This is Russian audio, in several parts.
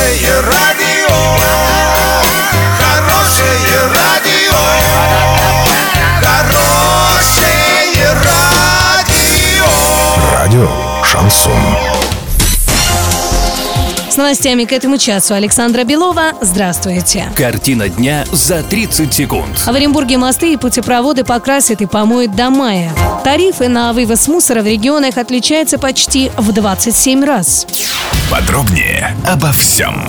Хорошее радио, хорошее радио, хорошее радио. Радио «Шансон». С новостями к этому часу Александра Белова. Здравствуйте. Картина дня за 30 секунд. В Оренбурге мосты и путепроводы покрасят и помоют до мая. Тарифы на вывоз мусора в регионах отличаются почти в 27 раз. Подробнее обо всем.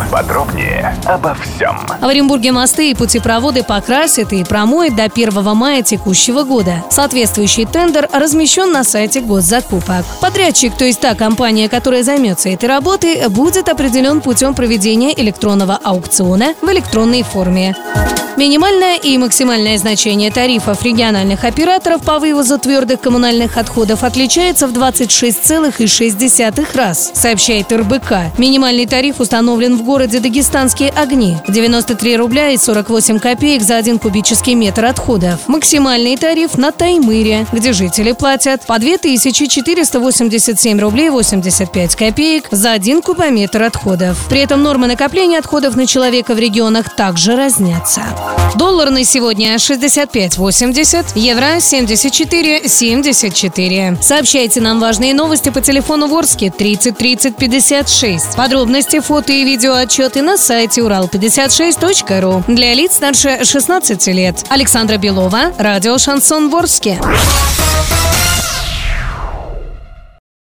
В Оренбурге мосты и путепроводы покрасят и промоют до 1 мая текущего года. Соответствующий тендер размещен на сайте госзакупок. Подрядчик, то есть та компания, которая займется этой работой, будет определен путем проведения электронного аукциона в электронной форме. Минимальное и максимальное значение тарифов региональных операторов по вывозу твердых коммунальных отходов отличается в 26,6 раз, сообщает РБК. Минимальный тариф установлен в городе Дагестанские Огни – 93 рубля и 48 копеек за 1 кубический метр отходов. Максимальный тариф на Таймыре, где жители платят по 2487 рублей 85 копеек за 1 кубометр отходов. При этом нормы накопления отходов на человека в регионах также разнятся. Доллар на сегодня 65.80, евро 74.74. Сообщайте нам важные новости по телефону Ворске 30 30 56. Подробности, фото и видеоотчеты на сайте урал56.ру. Для лиц старше 16 лет. Александра Белова, радио «Шансон» Ворске.